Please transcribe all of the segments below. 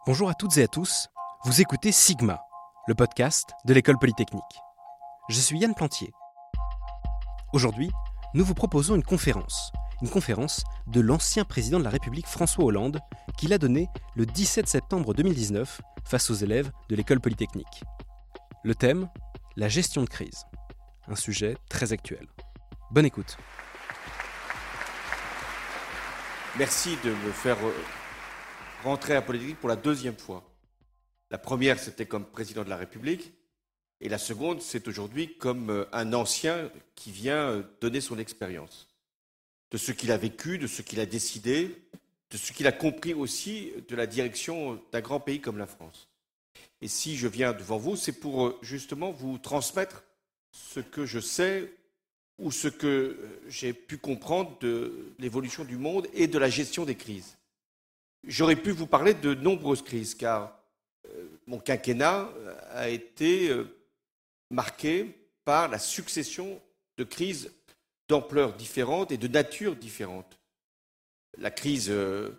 Bonjour à toutes et à tous, vous écoutez Sigma, le podcast de l'École Polytechnique. Je suis Yann Plantier. Aujourd'hui, nous vous proposons une conférence de l'ancien président de la République François Hollande, qu'il a donnée le 17 septembre 2019 face aux élèves de l'École Polytechnique. Le thème, la gestion de crise. Un sujet très actuel. Bonne écoute. Merci de me faire rentrer à Polytechnique pour la deuxième fois. La première, c'était comme président de la République, et la seconde, c'est aujourd'hui comme un ancien qui vient donner son expérience, de ce qu'il a vécu, de ce qu'il a décidé, de ce qu'il a compris aussi de la direction d'un grand pays comme la France. Et si je viens devant vous, c'est pour justement vous transmettre ce que je sais ou ce que j'ai pu comprendre de l'évolution du monde et de la gestion des crises. J'aurais pu vous parler de nombreuses crises, car mon quinquennat a été marqué par la succession de crises d'ampleur différente et de nature différente. La crise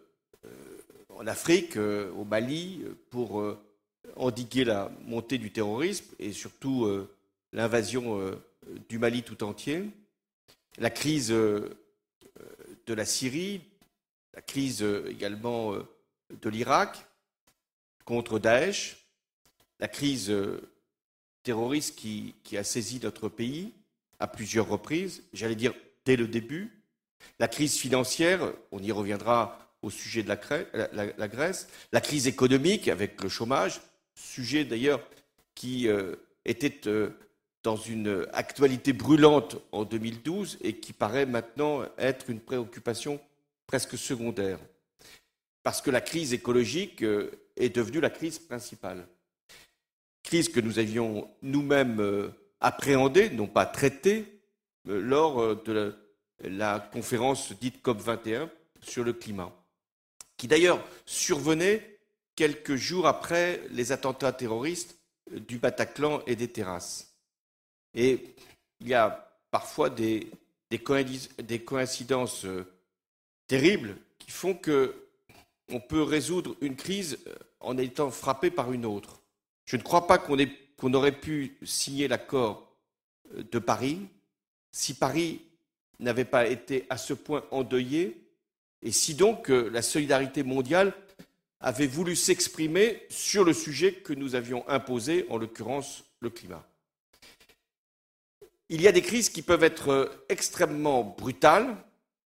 en Afrique, au Mali, pour endiguer la montée du terrorisme et surtout l'invasion du Mali tout entier. La crise de la Syrie, la crise également de l'Irak contre Daesh, la crise terroriste qui a saisi notre pays à plusieurs reprises, j'allais dire dès le début, la crise financière, on y reviendra au sujet de la Grèce, la crise économique avec le chômage, sujet d'ailleurs qui était dans une actualité brûlante en 2012 et qui paraît maintenant être une préoccupation presque secondaire, parce que la crise écologique est devenue la crise principale. Crise que nous avions nous-mêmes appréhendée, non pas traitée, lors de la conférence dite COP21 sur le climat, qui d'ailleurs survenait quelques jours après les attentats terroristes du Bataclan et des terrasses. Et il y a parfois des coïncidences terribles qui font qu'on peut résoudre une crise en étant frappé par une autre. Je ne crois pas qu'on aurait pu signer l'accord de Paris si Paris n'avait pas été à ce point endeuillé et si donc la solidarité mondiale avait voulu s'exprimer sur le sujet que nous avions imposé, en l'occurrence le climat. Il y a des crises qui peuvent être extrêmement brutales,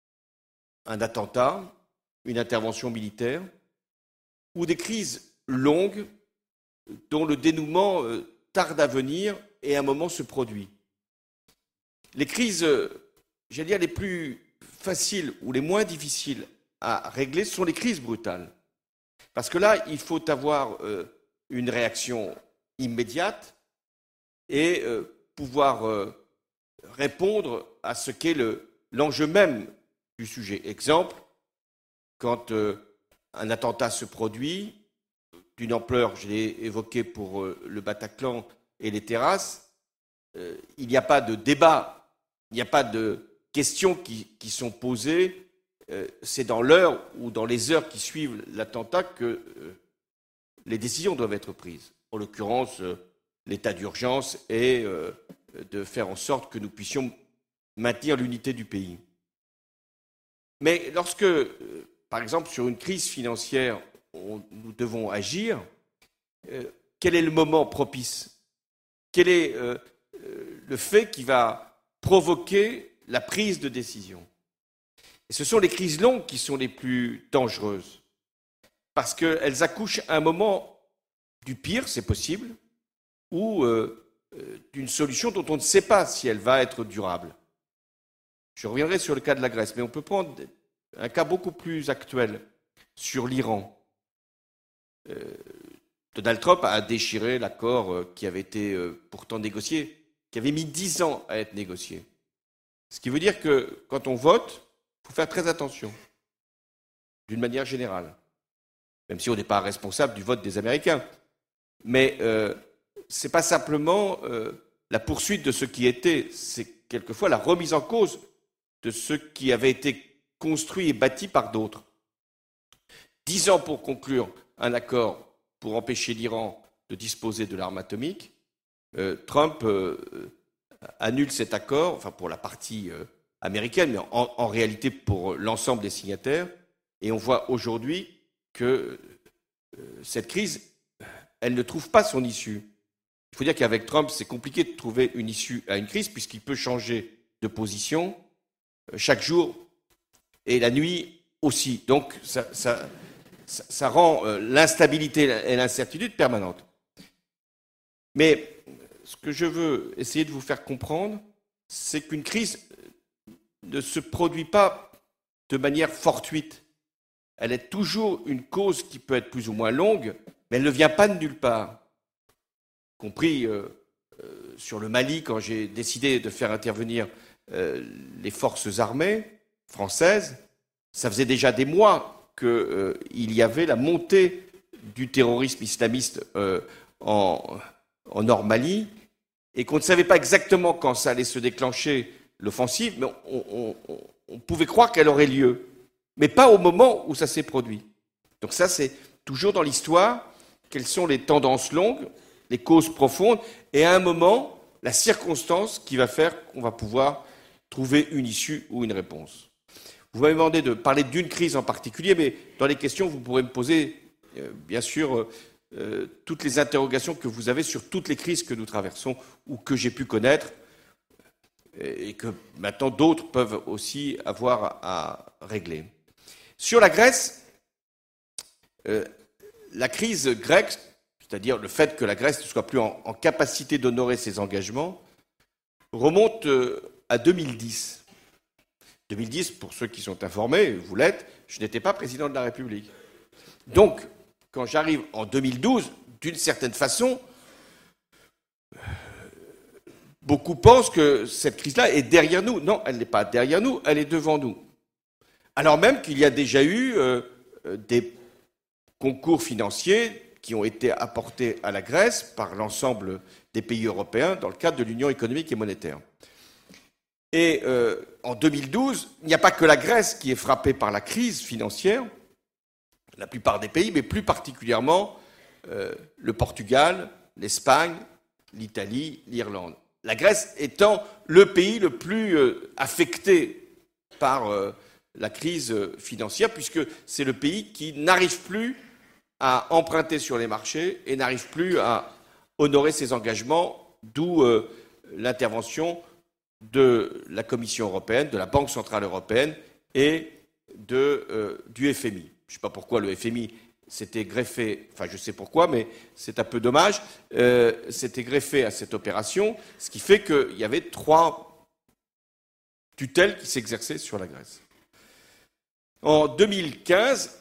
un attentat, une intervention militaire, ou des crises longues dont le dénouement tarde à venir et à un moment se produit. Les crises, j'allais dire, les plus faciles ou les moins difficiles à régler sont les crises brutales. Parce que là, il faut avoir une réaction immédiate et pouvoir répondre à ce qu'est l'enjeu même du sujet. Exemple, quand un attentat se produit, d'une ampleur, je l'ai évoqué pour le Bataclan et les terrasses, il n'y a pas de débat, il n'y a pas de questions qui sont posées, c'est dans l'heure ou dans les heures qui suivent l'attentat que les décisions doivent être prises. En l'occurrence, l'état d'urgence et de faire en sorte que nous puissions maintenir l'unité du pays. Mais lorsque, par exemple, sur une crise financière, nous devons agir, quel est le moment propice? Quel est le fait qui va provoquer la prise de décision? Et ce sont les crises longues qui sont les plus dangereuses, parce qu'elles accouchent à un moment du pire, c'est possible, ou d'une solution dont on ne sait pas si elle va être durable. Je reviendrai sur le cas de la Grèce, mais on peut prendre un cas beaucoup plus actuel sur l'Iran. Donald Trump a déchiré l'accord qui avait été pourtant négocié, qui avait mis 10 ans à être négocié. Ce qui veut dire que quand on vote, il faut faire très attention, d'une manière générale, même si on n'est pas responsable du vote des Américains. Mais ce n'est pas simplement la poursuite de ce qui était, c'est quelquefois la remise en cause de ce qui avait été construit et bâti par d'autres. 10 ans pour conclure un accord pour empêcher l'Iran de disposer de l'arme atomique. Trump annule cet accord, enfin pour la partie américaine, mais en réalité pour l'ensemble des signataires. Et on voit aujourd'hui que cette crise, elle ne trouve pas son issue. Il faut dire qu'avec Trump, c'est compliqué de trouver une issue à une crise, puisqu'il peut changer de position chaque jour et la nuit aussi. Donc ça rend l'instabilité et l'incertitude permanentes. Mais ce que je veux essayer de vous faire comprendre, c'est qu'une crise ne se produit pas de manière fortuite. Elle est toujours une cause qui peut être plus ou moins longue, mais elle ne vient pas de nulle part. Y compris sur le Mali, quand j'ai décidé de faire intervenir les forces armées françaises, ça faisait déjà des mois qu'il y avait la montée du terrorisme islamiste en Nord Mali, et qu'on ne savait pas exactement quand ça allait se déclencher l'offensive, mais on pouvait croire qu'elle aurait lieu, mais pas au moment où ça s'est produit. Donc ça, c'est toujours dans l'histoire, quelles sont les tendances longues, les causes profondes, et à un moment, la circonstance qui va faire qu'on va pouvoir trouver une issue ou une réponse. Vous m'avez demandé de parler d'une crise en particulier, mais dans les questions, vous pourrez me poser, bien sûr, toutes les interrogations que vous avez sur toutes les crises que nous traversons ou que j'ai pu connaître et que maintenant d'autres peuvent aussi avoir à régler. Sur la Grèce, la crise grecque, c'est-à-dire le fait que la Grèce ne soit plus en capacité d'honorer ses engagements, remonte à 2010. 2010, pour ceux qui sont informés, vous l'êtes, je n'étais pas président de la République. Donc, quand j'arrive en 2012, d'une certaine façon, beaucoup pensent que cette crise-là est derrière nous. Non, elle n'est pas derrière nous, elle est devant nous. Alors même qu'il y a déjà eu des concours financiers qui ont été apportés à la Grèce par l'ensemble des pays européens dans le cadre de l'Union économique et monétaire. Et en 2012, il n'y a pas que la Grèce qui est frappée par la crise financière, la plupart des pays, mais plus particulièrement le Portugal, l'Espagne, l'Italie, l'Irlande. La Grèce étant le pays le plus affecté par la crise financière, puisque c'est le pays qui n'arrive plus à emprunter sur les marchés et n'arrive plus à honorer ses engagements, d'où l'intervention de la Commission européenne, de la Banque centrale européenne et du FMI. Je ne sais pas pourquoi le FMI s'était greffé, enfin je sais pourquoi, mais c'est un peu dommage, s'était greffé à cette opération, ce qui fait qu'il y avait 3 tutelles qui s'exerçaient sur la Grèce. En 2015,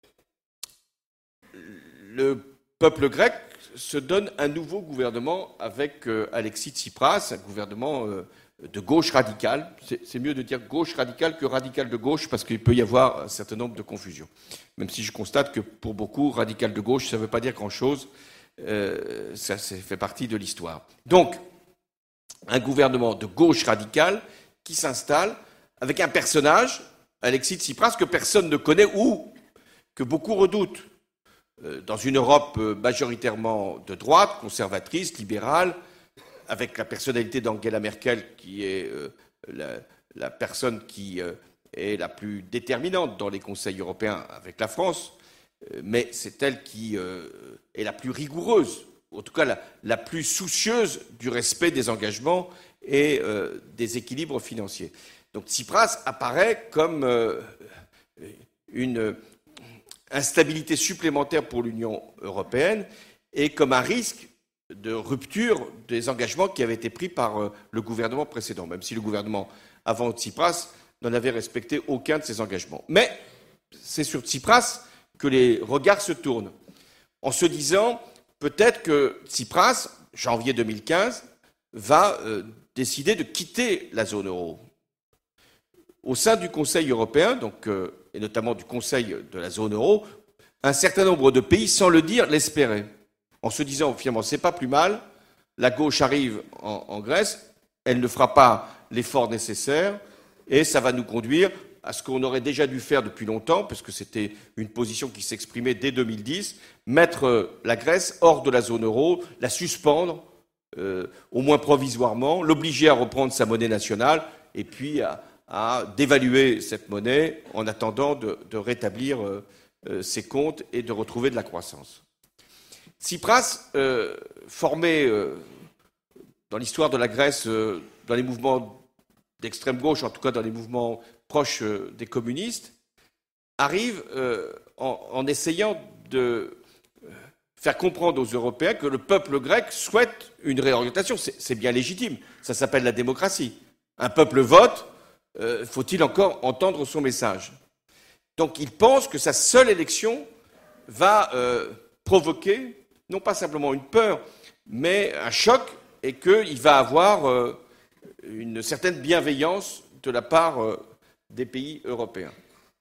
le peuple grec se donne un nouveau gouvernement avec Alexis Tsipras, un gouvernement de gauche radicale. C'est mieux de dire gauche radicale que radical de gauche parce qu'il peut y avoir un certain nombre de confusions. Même si je constate que pour beaucoup, radical de gauche, ça ne veut pas dire grand-chose. Ça fait partie de l'histoire. Donc, un gouvernement de gauche radicale qui s'installe avec un personnage, Alexis Tsipras, que personne ne connaît ou que beaucoup redoutent. Dans une Europe majoritairement de droite, conservatrice, libérale, avec la personnalité d'Angela Merkel, qui est la personne qui est la plus déterminante dans les conseils européens avec la France, mais c'est elle qui est la plus rigoureuse, en tout cas la plus soucieuse du respect des engagements et des équilibres financiers. Donc Tsipras apparaît comme une instabilité supplémentaire pour l'Union européenne et comme un risque de rupture des engagements qui avaient été pris par le gouvernement précédent, même si le gouvernement avant Tsipras n'en avait respecté aucun de ses engagements. Mais c'est sur Tsipras que les regards se tournent, en se disant peut-être que Tsipras, janvier 2015, va décider de quitter la zone euro. Au sein du Conseil européen, donc, et notamment du Conseil de la zone euro, un certain nombre de pays, sans le dire, l'espéraient, en se disant finalement c'est pas plus mal, la gauche arrive en Grèce, elle ne fera pas l'effort nécessaire et ça va nous conduire à ce qu'on aurait déjà dû faire depuis longtemps, parce que c'était une position qui s'exprimait dès 2010, mettre la Grèce hors de la zone euro, la suspendre, au moins provisoirement, l'obliger à reprendre sa monnaie nationale, et puis à dévaluer cette monnaie en attendant de rétablir ses comptes et de retrouver de la croissance. Tsipras, formé dans l'histoire de la Grèce, dans les mouvements d'extrême gauche, en tout cas dans les mouvements proches des communistes, arrive en essayant de faire comprendre aux Européens que le peuple grec souhaite une réorientation. C'est bien légitime, ça s'appelle la démocratie. Un peuple vote, faut-il encore entendre son message? Donc il pense que sa seule élection va provoquer, non pas simplement une peur, mais un choc, et qu'il va avoir une certaine bienveillance de la part des pays européens.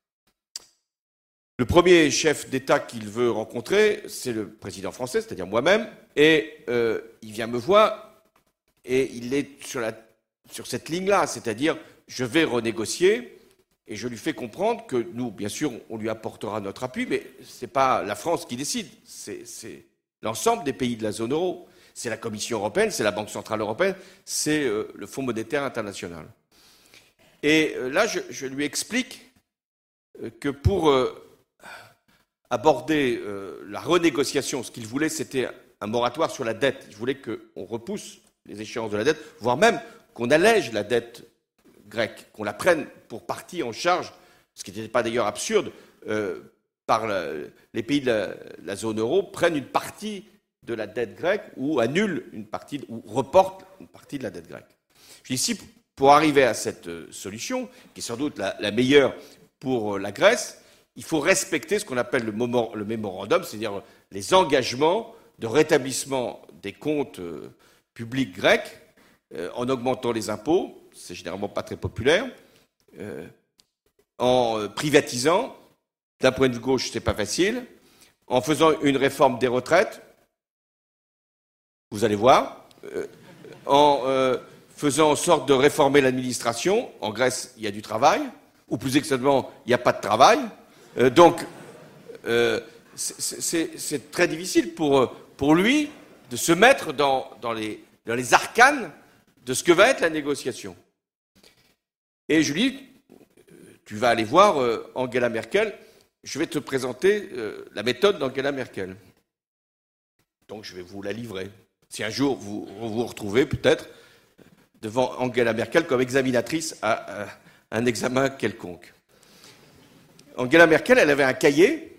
Le premier chef d'État qu'il veut rencontrer, c'est le président français, c'est-à-dire moi-même, et il vient me voir, et il est sur cette ligne-là, c'est-à-dire je vais renégocier, et je lui fais comprendre que nous, bien sûr, on lui apportera notre appui, mais ce n'est pas la France qui décide, c'est l'ensemble des pays de la zone euro. C'est la Commission européenne, c'est la Banque centrale européenne, c'est le Fonds monétaire international. Et là, je lui explique que pour aborder la renégociation, ce qu'il voulait, c'était un moratoire sur la dette. Il voulait qu'on repousse les échéances de la dette, voire même qu'on allège la dette grecque, qu'on la prenne pour partie en charge, ce qui n'était pas d'ailleurs absurde, par les pays de la zone euro prennent une partie de la dette grecque ou annulent une partie, ou reportent une partie de la dette grecque. Je dis ici, pour arriver à cette solution, qui est sans doute la meilleure pour la Grèce, il faut respecter ce qu'on appelle le mémorandum, c'est-à-dire les engagements de rétablissement des comptes publics grecs en augmentant les impôts, c'est généralement pas très populaire, en privatisant, d'un point de vue gauche, c'est pas facile, en faisant une réforme des retraites, vous allez voir, en faisant en sorte de réformer l'administration. En Grèce, il y a du travail, ou plus exactement, il n'y a pas de travail. Donc, c'est très difficile pour lui de se mettre dans les arcanes de ce que va être la négociation. Et je lui dis, tu vas aller voir Angela Merkel, je vais te présenter la méthode d'Angela Merkel. Donc, je vais vous la livrer. Si un jour vous vous retrouvez peut-être devant Angela Merkel comme examinatrice à un examen quelconque. Angela Merkel, elle avait un cahier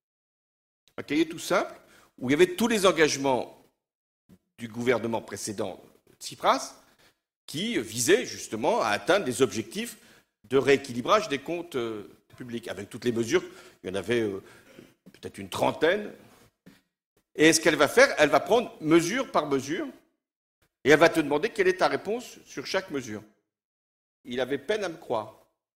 tout simple, où il y avait tous les engagements du gouvernement précédent Tsipras, qui visaient justement à atteindre des objectifs de rééquilibrage des comptes publics, avec toutes les mesures. Il y en avait peut-être une trentaine. Et ce qu'elle va faire, elle va prendre mesure par mesure, et elle va te demander quelle est ta réponse sur chaque mesure. Il avait peine à me croire.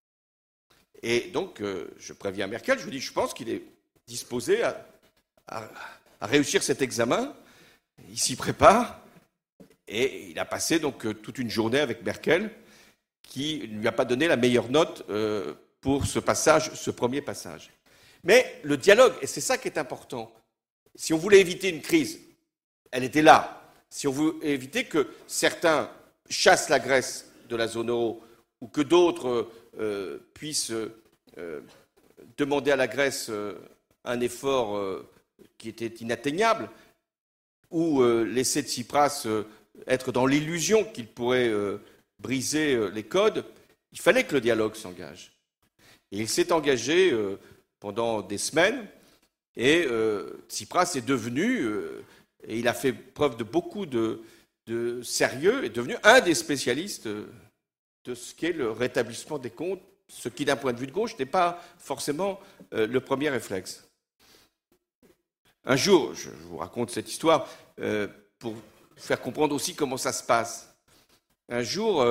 Et donc, je préviens Merkel, je lui dis, je pense qu'il est disposé à réussir cet examen. Il s'y prépare, et il a passé donc toute une journée avec Merkel, qui ne lui a pas donné la meilleure note pour ce premier passage. Mais le dialogue, et c'est ça qui est important, si on voulait éviter une crise, elle était là. Si on voulait éviter que certains chassent la Grèce de la zone euro ou que d'autres puissent demander à la Grèce un effort qui était inatteignable, ou laisser Tsipras être dans l'illusion qu'il pourrait briser les codes, il fallait que le dialogue s'engage. Et il s'est engagé pendant des semaines. Et Tsipras est devenu, et il a fait preuve de beaucoup de sérieux, est devenu un des spécialistes de ce qu'est le rétablissement des comptes, ce qui, d'un point de vue de gauche, n'est pas forcément le premier réflexe. Un jour, je vous raconte cette histoire pour faire comprendre aussi comment ça se passe. Un jour,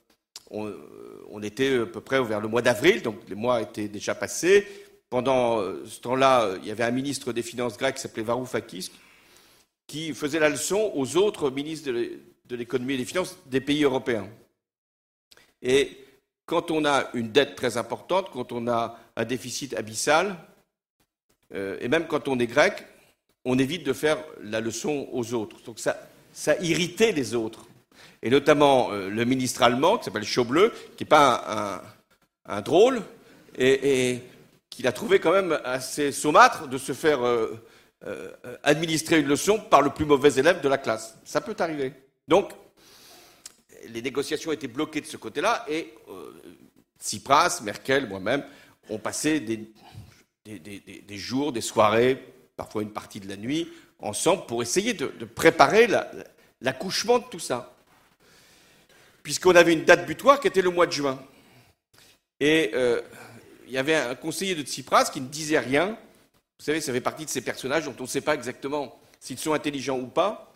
on était à peu près vers le mois d'avril, donc les mois étaient déjà passés. Pendant ce temps-là, il y avait un ministre des Finances grec qui s'appelait Varoufakis, qui faisait la leçon aux autres ministres de l'économie et des finances des pays européens. Et quand on a une dette très importante, quand on a un déficit abyssal, et même quand on est grec, on évite de faire la leçon aux autres. Donc ça irritait les autres. Et notamment le ministre allemand, qui s'appelle Schäuble, qui n'est pas un drôle, et qu'il a trouvé quand même assez saumâtre de se faire administrer une leçon par le plus mauvais élève de la classe. Ça peut arriver. Donc, les négociations étaient bloquées de ce côté-là, et Tsipras, Merkel, moi-même, ont passé des jours, des soirées, parfois une partie de la nuit, ensemble, pour essayer de préparer l'accouchement de tout ça. Puisqu'on avait une date butoir qui était le mois de juin. Et il y avait un conseiller de Tsipras qui ne disait rien. Vous savez, ça fait partie de ces personnages dont on ne sait pas exactement s'ils sont intelligents ou pas,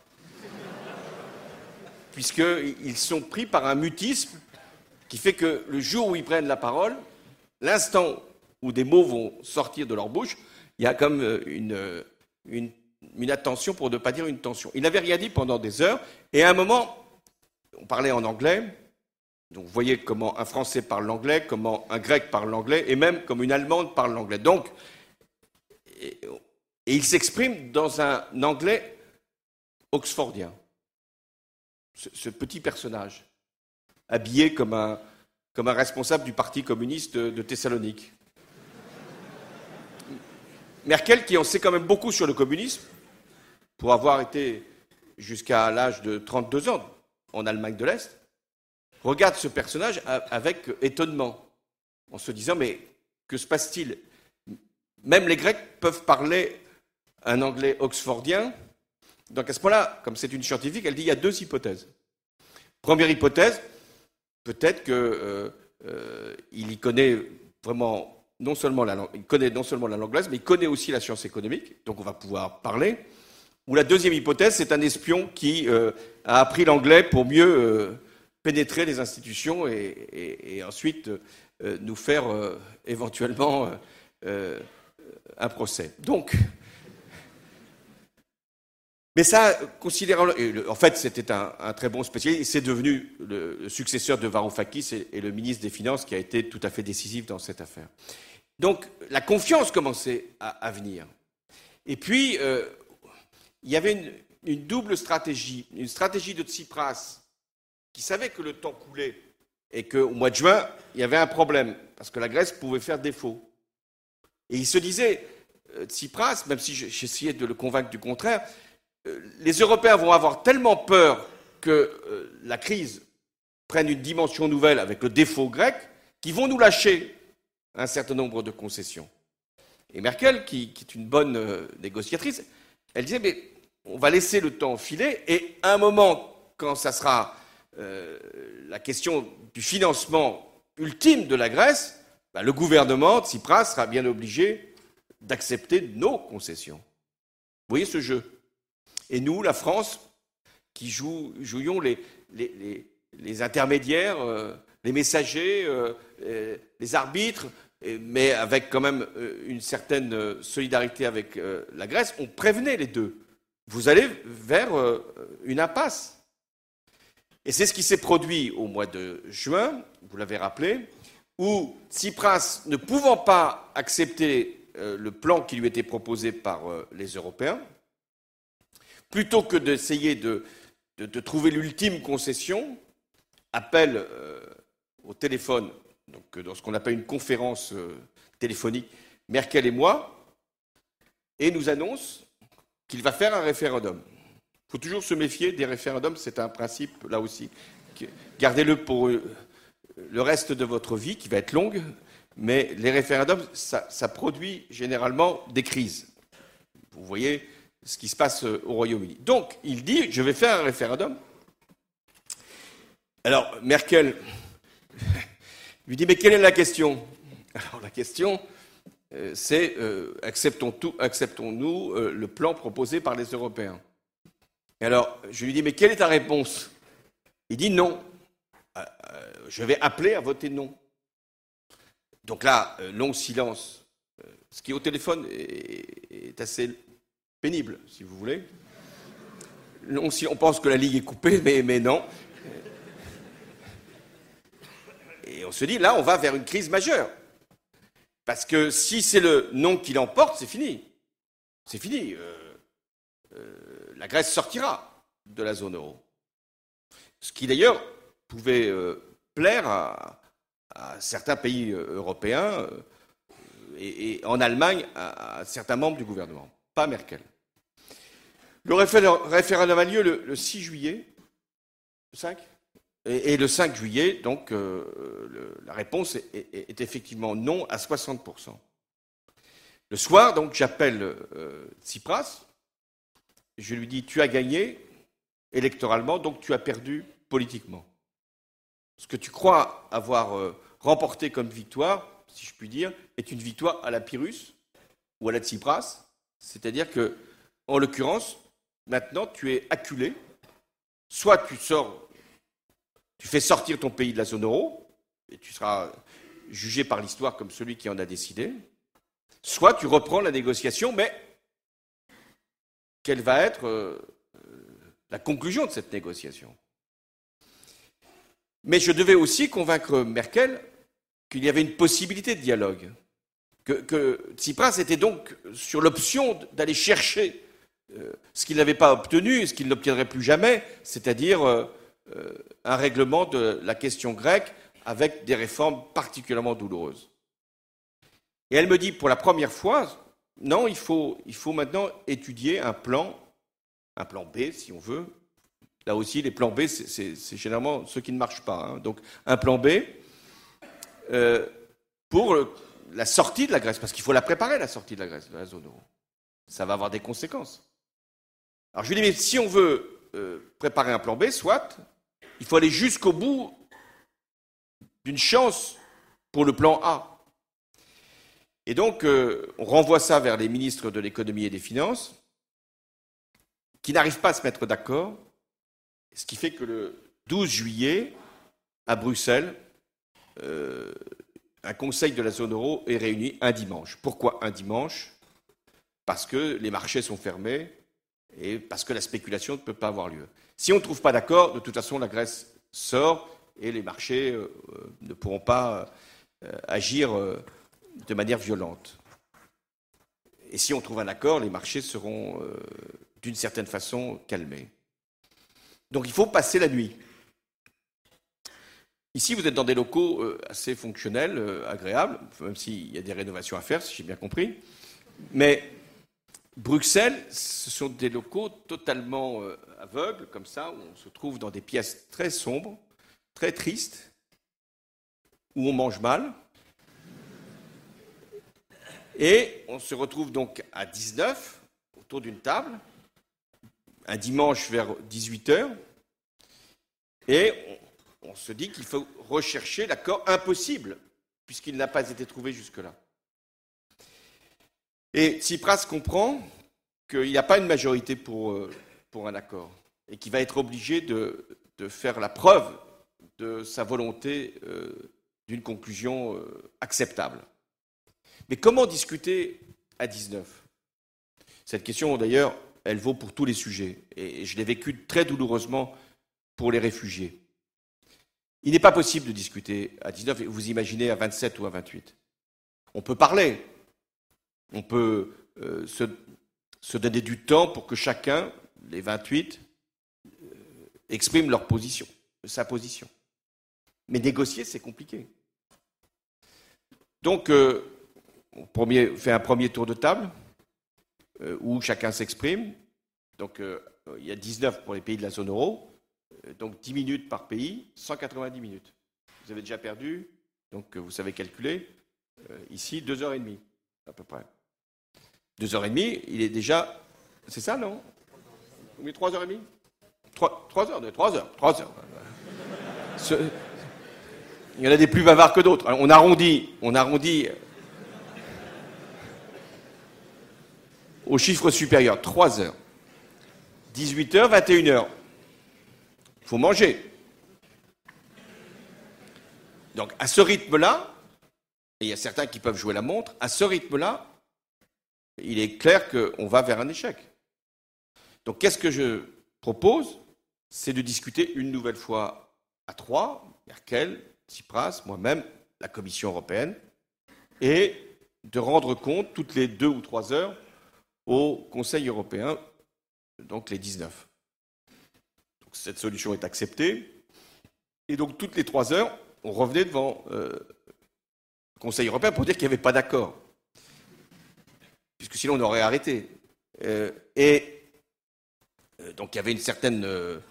puisqu'ils sont pris par un mutisme qui fait que le jour où ils prennent la parole, l'instant où des mots vont sortir de leur bouche, il y a comme une attention, pour ne pas dire une tension. Il n'avait rien dit pendant des heures, et à un moment, on parlait en anglais, donc vous voyez comment un Français parle l'anglais, comment un Grec parle l'anglais, et même comme une Allemande parle l'anglais. Donc, et il s'exprime dans un anglais oxfordien. Ce petit personnage, habillé comme un responsable du Parti communiste de Thessalonique. Merkel, qui en sait quand même beaucoup sur le communisme, pour avoir été jusqu'à l'âge de 32 ans en Allemagne de l'Est, regarde ce personnage avec étonnement, en se disant, mais que se passe-t-il? Même les Grecs peuvent parler un anglais oxfordien. Donc à ce point-là, comme c'est une scientifique, elle dit, il y a deux hypothèses. Première hypothèse, peut-être qu'il y connaît vraiment non seulement la langue anglaise, mais il connaît aussi la science économique, donc on va pouvoir parler. Ou la deuxième hypothèse, c'est un espion qui a appris l'anglais pour mieux pénétrer les institutions et ensuite nous faire éventuellement un procès. Donc, mais ça, considérant, en fait, c'était un très bon spécialiste. C'est devenu le successeur de Varoufakis et le ministre des Finances qui a été tout à fait décisif dans cette affaire. Donc, la confiance commençait à venir. Et puis, il y avait une double stratégie. Une stratégie de Tsipras, qui savait que le temps coulait et qu'au mois de juin, il y avait un problème, parce que la Grèce pouvait faire défaut. Et il se disait, Tsipras, même si j'essayais de le convaincre du contraire, les Européens vont avoir tellement peur que la crise prenne une dimension nouvelle avec le défaut grec, qu'ils vont nous lâcher un certain nombre de concessions. Et Merkel, qui est une bonne négociatrice, elle disait, mais on va laisser le temps filer, et à un moment, quand ça sera la question du financement ultime de la Grèce, le gouvernement, Tsipras, sera bien obligé d'accepter nos concessions. Vous voyez ce jeu? Et nous, la France, qui jouions les intermédiaires, les messagers, les arbitres, mais avec quand même une certaine solidarité avec la Grèce, on prévenait les deux. Vous allez vers une impasse. Et c'est ce qui s'est produit au mois de juin, vous l'avez rappelé, où Tsipras, ne pouvant pas accepter le plan qui lui était proposé par les Européens, plutôt que d'essayer de trouver l'ultime concession, appelle au téléphone, donc dans ce qu'on appelle une conférence téléphonique, Merkel et moi, et nous annonce qu'il va faire un référendum. Il faut toujours se méfier des référendums, c'est un principe, là aussi. Gardez-le pour le reste de votre vie, qui va être longue, mais les référendums, ça produit généralement des crises. Vous voyez ce qui se passe au Royaume-Uni. Donc, il dit, je vais faire un référendum. Alors, Merkel lui dit, mais quelle est la question? Alors, la question, c'est, acceptons-nous le plan proposé par les Européens? Et alors, je lui dis, mais quelle est ta réponse? Il dit non. Je vais appeler à voter non. Donc là, long silence. Ce qui est au téléphone est assez pénible, si vous voulez. On pense que la ligne est coupée, mais non. Et on se dit, là, on va vers une crise majeure. Parce que si c'est le non qui l'emporte, c'est fini. C'est fini. La Grèce sortira de la zone euro. Ce qui, d'ailleurs, pouvait plaire à certains pays européens et en Allemagne à certains membres du gouvernement, pas Merkel. Le référendum a lieu le 6 juillet, le 5 et le 5 juillet, donc, la réponse est effectivement non à 60%. Le soir, donc, j'appelle Tsipras, je lui dis « Tu as gagné électoralement, donc tu as perdu politiquement. Ce que tu crois avoir remporté comme victoire, si je puis dire, est une victoire à la Pyrrhus ou à la Tsipras, c'est-à-dire que, en l'occurrence, maintenant, tu es acculé, soit tu fais sortir ton pays de la zone euro, et tu seras jugé par l'histoire comme celui qui en a décidé, soit tu reprends la négociation, mais quelle va être la conclusion de cette négociation? Mais je devais aussi convaincre Merkel qu'il y avait une possibilité de dialogue, que Tsipras était donc sur l'option d'aller chercher ce qu'il n'avait pas obtenu, ce qu'il n'obtiendrait plus jamais, c'est-à-dire un règlement de la question grecque avec des réformes particulièrement douloureuses. Et elle me dit, pour la première fois, non, il faut maintenant étudier un plan B, si on veut. Là aussi, les plans B, c'est généralement ceux qui ne marchent pas. Hein. Donc, un plan B pour la sortie de la Grèce, parce qu'il faut la préparer, la sortie de la Grèce, de la zone euro. Ça va avoir des conséquences. Alors, je lui dis, mais si on veut préparer un plan B, soit, il faut aller jusqu'au bout d'une chance pour le plan A. Et donc, on renvoie ça vers les ministres de l'économie et des finances, qui n'arrivent pas à se mettre d'accord, ce qui fait que le 12 juillet, à Bruxelles, un conseil de la zone euro est réuni un dimanche. Pourquoi un dimanche? Parce que les marchés sont fermés et parce que la spéculation ne peut pas avoir lieu. Si on ne trouve pas d'accord, de toute façon, la Grèce sort et les marchés ne pourront pas agir de manière violente. Et si on trouve un accord, les marchés seront d'une certaine façon calmés. Donc il faut passer la nuit. Ici, vous êtes dans des locaux assez fonctionnels, agréables, même s'il y a des rénovations à faire, si j'ai bien compris. Mais Bruxelles, ce sont des locaux totalement aveugles, comme ça, où on se trouve dans des pièces très sombres, très tristes, où on mange mal. Et on se retrouve donc à 19, autour d'une table, un dimanche vers 18h, et on se dit qu'il faut rechercher l'accord impossible, puisqu'il n'a pas été trouvé jusque-là. Et Tsipras comprend qu'il n'y a pas une majorité pour un accord, et qu'il va être obligé de faire la preuve de sa volonté d'une conclusion acceptable. Mais comment discuter à 19? Cette question, d'ailleurs, elle vaut pour tous les sujets, et je l'ai vécue très douloureusement pour les réfugiés. Il n'est pas possible de discuter à 19, et vous imaginez à 27 ou à 28. On peut parler, on peut se donner du temps pour que chacun, les 28, exprime leur position, sa position. Mais négocier, c'est compliqué. Donc, on fait un premier tour de table, où chacun s'exprime. Donc, il y a 19 pour les pays de la zone euro, donc 10 minutes par pays, 190 minutes. Vous avez déjà perdu, donc vous savez calculer, ici, 2h30, à peu près. 2h30, il est déjà... C'est ça, non? Oui, 3h30 3 heures. Il y en a des plus bavards que d'autres. On arrondit au chiffre supérieur, 3 heures. 18h, 21h. Il faut manger. Donc, à ce rythme-là, et il y a certains qui peuvent jouer la montre, à ce rythme-là, il est clair qu'on va vers un échec. Donc, qu'est-ce que je propose? C'est de discuter une nouvelle fois à 3, Merkel, Tsipras, moi-même, la Commission européenne, et de rendre compte toutes les 2 ou 3 heures au Conseil européen, donc les 19. Donc, cette solution est acceptée, et donc toutes les 3 heures, on revenait devant le Conseil européen pour dire qu'il n'y avait pas d'accord, puisque sinon on aurait arrêté. Donc il y avait une certaine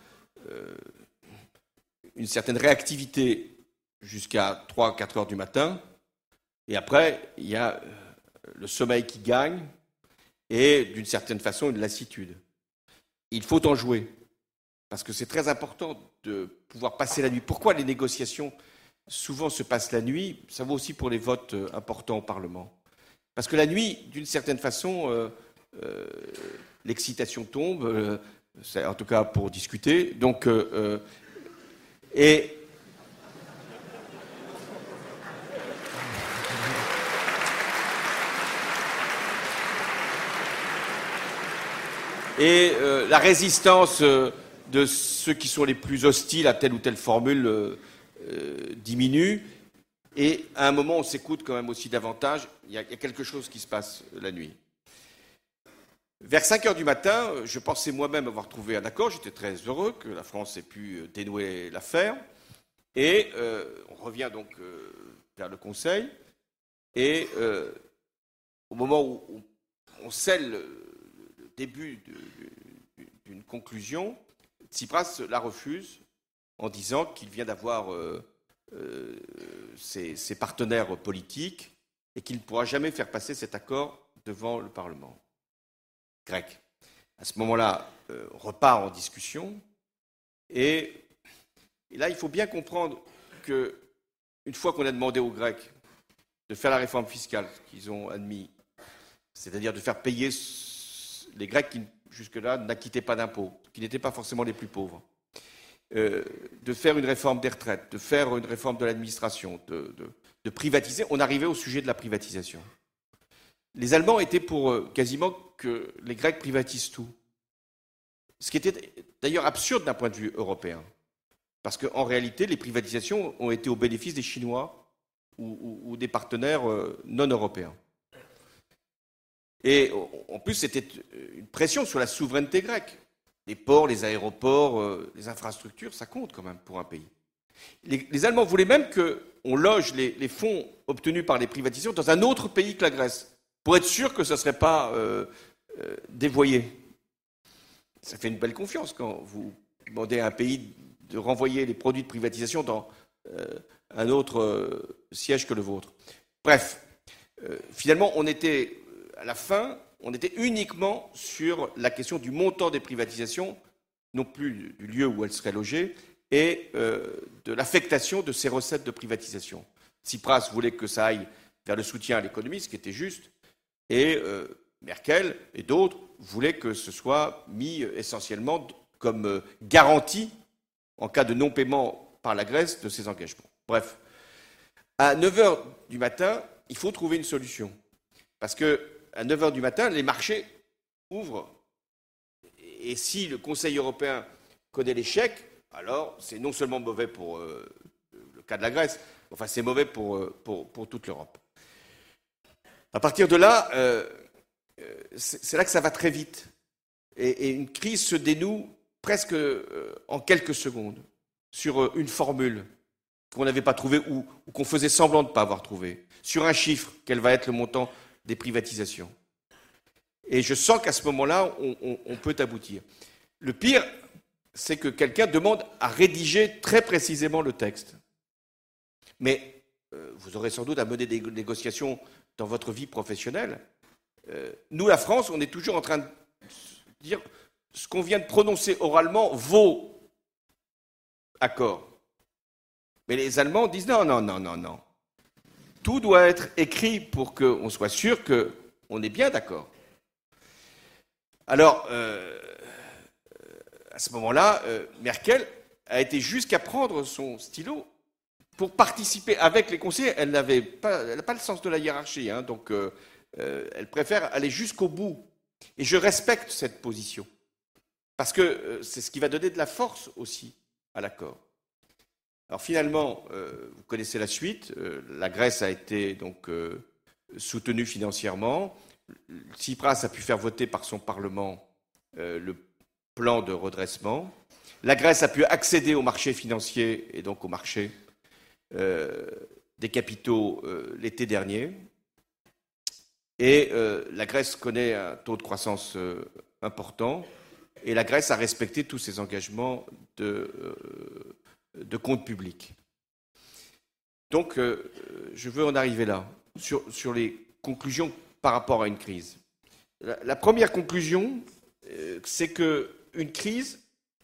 réactivité jusqu'à 3-4 heures du matin, et après il y a le sommeil qui gagne, et d'une certaine façon une lassitude. Il faut en jouer, parce que c'est très important de pouvoir passer la nuit. Pourquoi les négociations souvent se passent la nuit? Ça vaut aussi pour les votes importants au Parlement. Parce que la nuit, d'une certaine façon, l'excitation tombe, en tout cas pour discuter. Donc, et la résistance de ceux qui sont les plus hostiles à telle ou telle formule diminue. Et à un moment, on s'écoute quand même aussi davantage. Il y a quelque chose qui se passe la nuit. Vers 5 heures du matin, je pensais moi-même avoir trouvé un accord. J'étais très heureux que la France ait pu dénouer l'affaire. Et on revient donc vers le Conseil. Et au moment où on scelle le début d'une conclusion, Tsipras la refuse en disant qu'il vient d'avoir ses partenaires politiques et qu'il ne pourra jamais faire passer cet accord devant le Parlement grec. À ce moment-là, on repart en discussion et là, il faut bien comprendre qu'une fois qu'on a demandé aux Grecs de faire la réforme fiscale qu'ils ont admis, c'est-à-dire de faire payer les Grecs qui, jusque-là, n'acquittaient pas d'impôts, qui n'étaient pas forcément les plus pauvres, de faire une réforme des retraites, de faire une réforme de l'administration, de privatiser, on arrivait au sujet de la privatisation. Les Allemands étaient pour quasiment que les Grecs privatisent tout. Ce qui était d'ailleurs absurde d'un point de vue européen. Parce qu'en réalité, les privatisations ont été au bénéfice des Chinois ou des partenaires non européens. Et en plus, c'était une pression sur la souveraineté grecque. Les ports, les aéroports, les infrastructures, ça compte quand même pour un pays. Les Allemands voulaient même qu'on loge les fonds obtenus par les privatisations dans un autre pays que la Grèce, pour être sûr que ça ne serait pas dévoyé. Ça fait une belle confiance quand vous demandez à un pays de renvoyer les produits de privatisation dans un autre siège que le vôtre. Bref, finalement, à la fin, on était uniquement sur la question du montant des privatisations, non plus du lieu où elles seraient logées, et de l'affectation de ces recettes de privatisation. Tsipras voulait que ça aille vers le soutien à l'économie, ce qui était juste, et Merkel et d'autres voulaient que ce soit mis essentiellement comme garantie en cas de non-paiement par la Grèce de ses engagements. Bref, à 9 heures du matin, il faut trouver une solution. Parce qu'à 9 heures du matin, les marchés ouvrent. Et si le Conseil européen connaît l'échec, alors c'est non seulement mauvais pour le cas de la Grèce, enfin c'est mauvais pour toute l'Europe. À partir de là, c'est là que ça va très vite. Et une crise se dénoue presque en quelques secondes sur une formule qu'on n'avait pas trouvée ou qu'on faisait semblant de ne pas avoir trouvée, sur un chiffre, quel va être le montant des privatisations. Et je sens qu'à ce moment-là, on peut aboutir. Le pire, c'est que quelqu'un demande à rédiger très précisément le texte. Mais vous aurez sans doute à mener des négociations dans votre vie professionnelle. Nous, la France, on est toujours en train de dire ce qu'on vient de prononcer oralement vaut accord. Mais les Allemands disent non, non, non, non, non. Tout doit être écrit pour qu'on soit sûr qu'on est bien d'accord. Alors, à ce moment-là, Merkel a été jusqu'à prendre son stylo pour participer avec les conseillers. Elle n'a pas le sens de la hiérarchie, hein, donc elle préfère aller jusqu'au bout. Et je respecte cette position, parce que c'est ce qui va donner de la force aussi à l'accord. Alors finalement, vous connaissez la suite. La Grèce a été donc soutenue financièrement. Tsipras a pu faire voter par son Parlement le plan de redressement. La Grèce a pu accéder au marché financier et donc au marché des capitaux l'été dernier. Et la Grèce connaît un taux de croissance important. Et la Grèce a respecté tous ses engagements de compte public. Donc, je veux en arriver là, sur les conclusions par rapport à une crise. La première conclusion, c'est qu'une crise,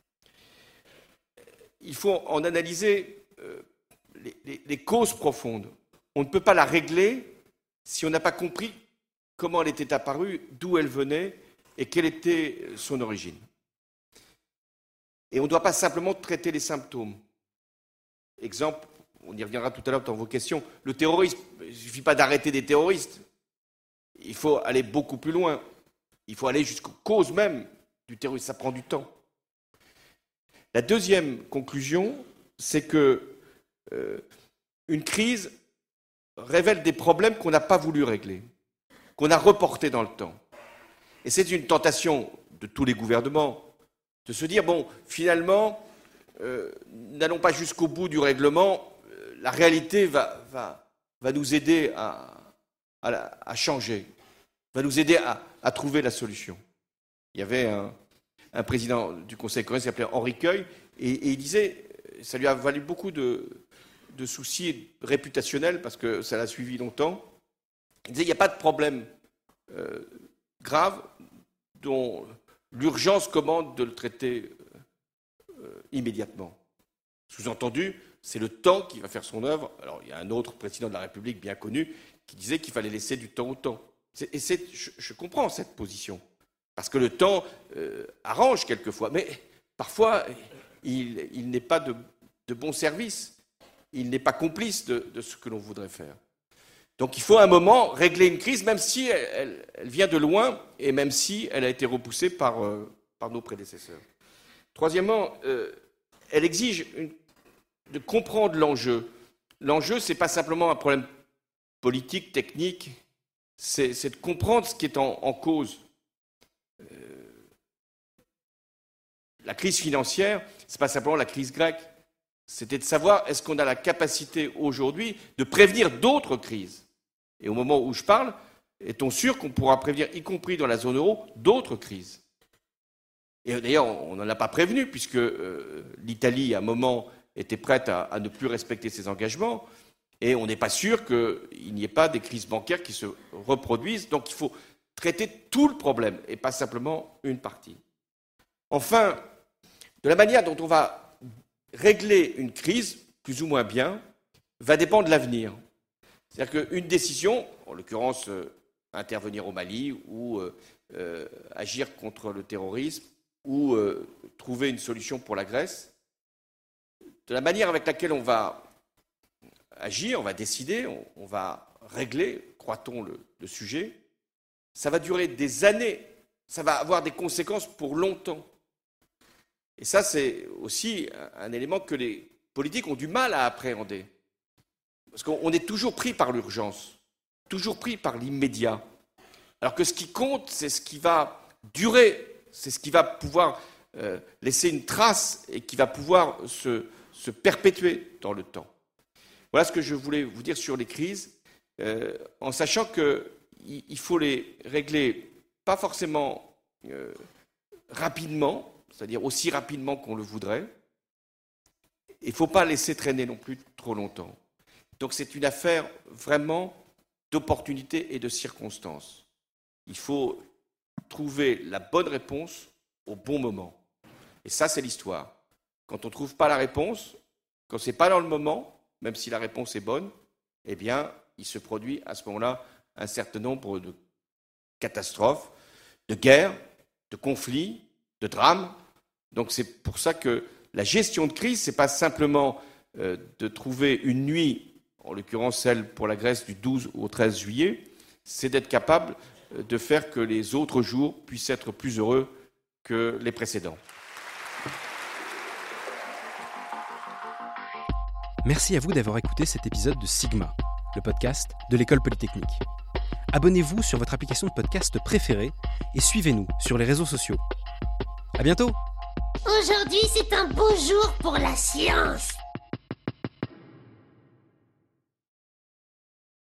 il faut en analyser les causes profondes. On ne peut pas la régler si on n'a pas compris comment elle était apparue, d'où elle venait et quelle était son origine. Et on ne doit pas simplement traiter les symptômes. Exemple, on y reviendra tout à l'heure dans vos questions, le terrorisme, il ne suffit pas d'arrêter des terroristes. Il faut aller beaucoup plus loin. Il faut aller jusqu'aux causes même du terrorisme. Ça prend du temps. La deuxième conclusion, c'est que une crise révèle des problèmes qu'on n'a pas voulu régler, qu'on a reportés dans le temps. Et c'est une tentation de tous les gouvernements de se dire, bon, finalement, n'allons pas jusqu'au bout du règlement, la réalité va nous aider à changer, va nous aider à trouver la solution. Il y avait un président du Conseil européen qui s'appelait Henri Queuille, et il disait, ça lui a valu beaucoup de soucis réputationnels, parce que ça l'a suivi longtemps, il disait, il n'y a pas de problème grave dont l'urgence commande de le traiter immédiatement. Sous-entendu, c'est le temps qui va faire son œuvre. Alors, il y a un autre président de la République bien connu qui disait qu'il fallait laisser du temps au temps. Je comprends cette position, parce que le temps arrange quelquefois, mais parfois, il n'est pas de bon service, il n'est pas complice de ce que l'on voudrait faire. Donc il faut à un moment régler une crise, même si elle vient de loin et même si elle a été repoussée par nos prédécesseurs. Troisièmement, elle exige de comprendre l'enjeu. L'enjeu, ce n'est pas simplement un problème politique, technique, c'est de comprendre ce qui est en cause. La crise financière, ce n'est pas simplement la crise grecque. C'était de savoir, est-ce qu'on a la capacité aujourd'hui de prévenir d'autres crises? Et au moment où je parle, est-on sûr qu'on pourra prévenir, y compris dans la zone euro, d'autres crises? Et d'ailleurs, on n'en a pas prévenu, puisque l'Italie, à un moment, était prête à ne plus respecter ses engagements, et on n'est pas sûr qu'il n'y ait pas des crises bancaires qui se reproduisent. Donc il faut traiter tout le problème, et pas simplement une partie. Enfin, de la manière dont on va régler une crise, plus ou moins bien, va dépendre de l'avenir. C'est-à-dire qu'une décision, en l'occurrence intervenir au Mali ou agir contre le terrorisme ou trouver une solution pour la Grèce, de la manière avec laquelle on va agir, on va décider, on va régler, croit-on, le sujet, ça va durer des années, ça va avoir des conséquences pour longtemps. Et ça, c'est aussi un élément que les politiques ont du mal à appréhender. Parce qu'on est toujours pris par l'urgence, toujours pris par l'immédiat. Alors que ce qui compte, c'est ce qui va durer, c'est ce qui va pouvoir laisser une trace et qui va pouvoir se perpétuer dans le temps. Voilà ce que je voulais vous dire sur les crises, en sachant qu'il faut les régler pas forcément rapidement, c'est-à-dire aussi rapidement qu'on le voudrait. Il ne faut pas laisser traîner non plus trop longtemps. Donc c'est une affaire vraiment d'opportunité et de circonstances. Il faut trouver la bonne réponse au bon moment. Et ça, c'est l'histoire. Quand on ne trouve pas la réponse, quand ce n'est pas dans le moment, même si la réponse est bonne, eh bien, il se produit à ce moment-là un certain nombre de catastrophes, de guerres, de conflits, de drames. Donc c'est pour ça que la gestion de crise, ce n'est pas simplement de trouver une nuit, en l'occurrence celle pour la Grèce du 12 au 13 juillet, c'est d'être capable de faire que les autres jours puissent être plus heureux que les précédents. Merci à vous d'avoir écouté cet épisode de Sigma, le podcast de l'École Polytechnique. Abonnez-vous sur votre application de podcast préférée et suivez-nous sur les réseaux sociaux. À bientôt! Aujourd'hui, c'est un beau jour pour la science.